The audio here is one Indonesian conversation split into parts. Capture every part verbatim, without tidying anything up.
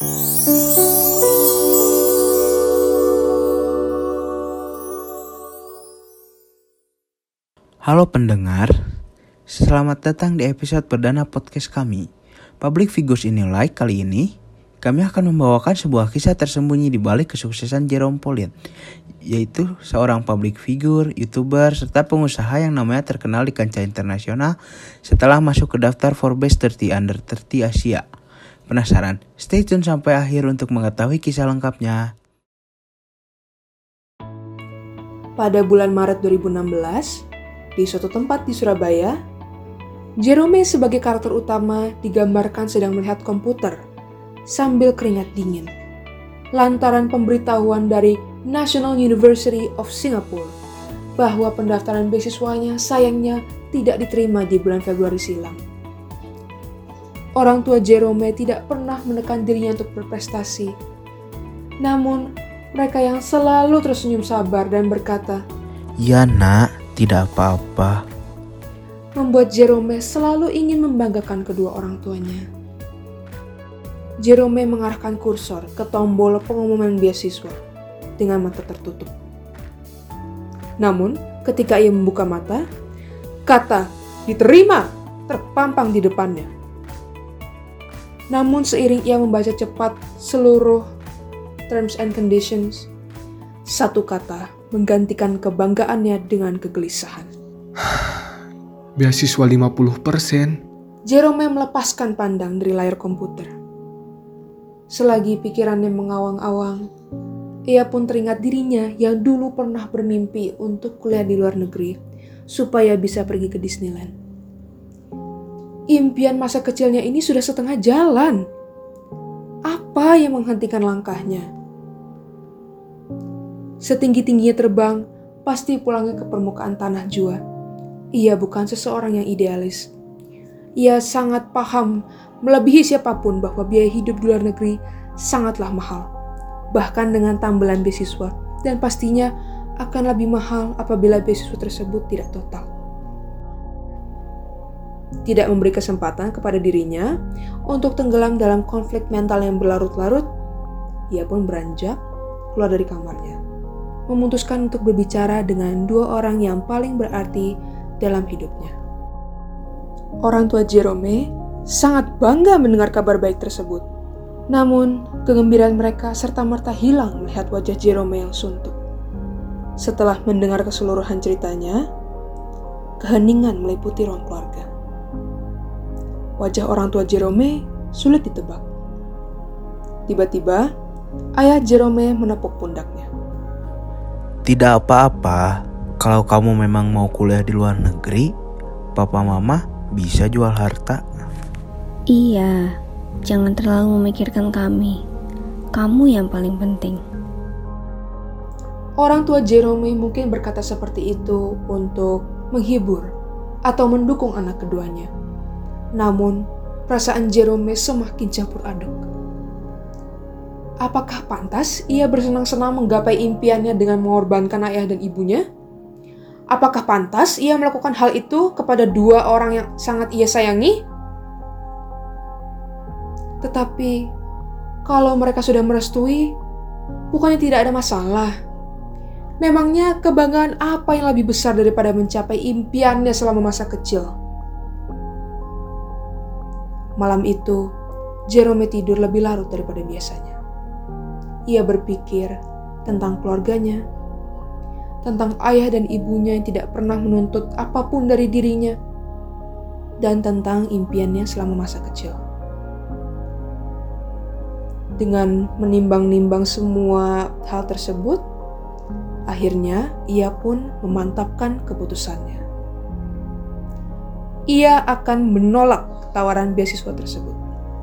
Halo pendengar, selamat datang di episode perdana podcast kami, Public Figures in Your Life. Kali ini, kami akan membawakan sebuah kisah tersembunyi di balik kesuksesan Jerome Pauline, yaitu seorang public figure, youtuber, serta pengusaha yang namanya terkenal di kancah internasional setelah masuk ke daftar Forbes tiga puluh Under tiga puluh Asia. Penasaran? Stay tune sampai akhir untuk mengetahui kisah lengkapnya. Pada bulan Maret dua ribu enam belas, di suatu tempat di Surabaya, Jerome sebagai karakter utama digambarkan sedang melihat komputer sambil keringat dingin lantaran pemberitahuan dari National University of Singapore bahwa pendaftaran beasiswanya sayangnya tidak diterima di bulan Februari silam. Orang tua Jerome tidak pernah menekan dirinya untuk berprestasi. Namun, mereka yang selalu tersenyum sabar dan berkata, "Ya nak, tidak apa-apa," membuat Jerome selalu ingin membanggakan kedua orang tuanya. Jerome mengarahkan kursor ke tombol pengumuman beasiswa dengan mata tertutup. Namun, ketika ia membuka mata, kata "diterima" terpampang di depannya. Namun seiring ia membaca cepat seluruh terms and conditions, satu kata menggantikan kebanggaannya dengan kegelisahan. Beasiswa lima puluh persen. Jerome melepaskan pandang dari layar komputer. Selagi pikirannya mengawang-awang, ia pun teringat dirinya yang dulu pernah bermimpi untuk kuliah di luar negeri supaya bisa pergi ke Disneyland. Impian masa kecilnya ini sudah setengah jalan. Apa yang menghentikan langkahnya? Setinggi-tingginya terbang, pasti pulangnya ke permukaan tanah jua. Ia bukan seseorang yang idealis. Ia sangat paham, melebihi siapapun, bahwa biaya hidup di luar negeri sangatlah mahal. Bahkan dengan tambalan beasiswa, dan pastinya akan lebih mahal apabila beasiswa tersebut tidak total. Tidak memberi kesempatan kepada dirinya untuk tenggelam dalam konflik mental yang berlarut-larut, ia pun beranjak keluar dari kamarnya, memutuskan untuk berbicara dengan dua orang yang paling berarti dalam hidupnya. Orang tua Jerome sangat bangga mendengar kabar baik tersebut. Namun, kegembiraan mereka serta-merta hilang melihat wajah Jerome yang suntuk. Setelah mendengar keseluruhan ceritanya, keheningan meliputi ruang keluarga. Wajah orang tua Jerome sulit ditebak. Tiba-tiba, ayah Jerome menepuk pundaknya. "Tidak apa-apa, kalau kamu memang mau kuliah di luar negeri, papa mama bisa jual harta." Iya, jangan terlalu memikirkan kami. Kamu yang paling penting. Orang tua Jerome mungkin berkata seperti itu untuk menghibur atau mendukung anak keduanya. Namun, perasaan Jerome semakin campur aduk. Apakah pantas ia bersenang-senang menggapai impiannya dengan mengorbankan ayah dan ibunya? Apakah pantas ia melakukan hal itu kepada dua orang yang sangat ia sayangi? Tetapi, kalau mereka sudah merestui, bukannya tidak ada masalah. Memangnya kebanggaan apa yang lebih besar daripada mencapai impiannya selama masa kecil? Malam itu, Jerome tidur lebih larut daripada biasanya. Ia berpikir tentang keluarganya, tentang ayah dan ibunya yang tidak pernah menuntut apapun dari dirinya, dan tentang impiannya selama masa kecil. Dengan menimbang-nimbang semua hal tersebut, akhirnya ia pun memantapkan keputusannya. Ia akan menolak tawaran beasiswa tersebut.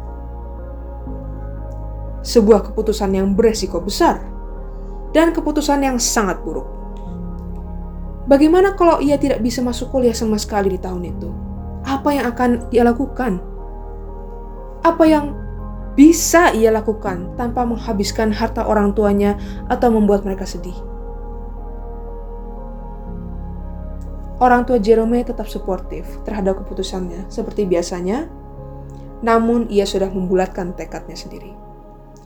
Sebuah keputusan yang beresiko besar dan keputusan yang sangat buruk. Bagaimana kalau ia tidak bisa masuk kuliah sama sekali di tahun itu? Apa yang akan ia lakukan? Apa yang bisa ia lakukan tanpa menghabiskan harta orang tuanya atau membuat mereka sedih? Orang tua Jerome tetap suportif terhadap keputusannya seperti biasanya, namun ia sudah membulatkan tekadnya sendiri.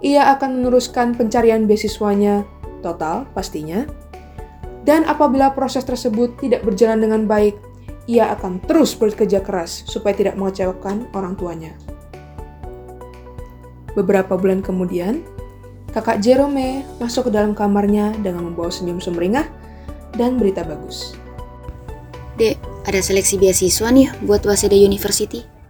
ia akan meneruskan pencarian beasiswanya total pastinya. Dan apabila proses tersebut tidak berjalan dengan baik, ia akan terus bekerja keras supaya tidak mengecewakan orang tuanya. Beberapa bulan kemudian, kakak Jerome masuk ke dalam kamarnya dengan membawa senyum sumringah dan berita bagus. Dek, ada seleksi beasiswa nih buat Waseda University.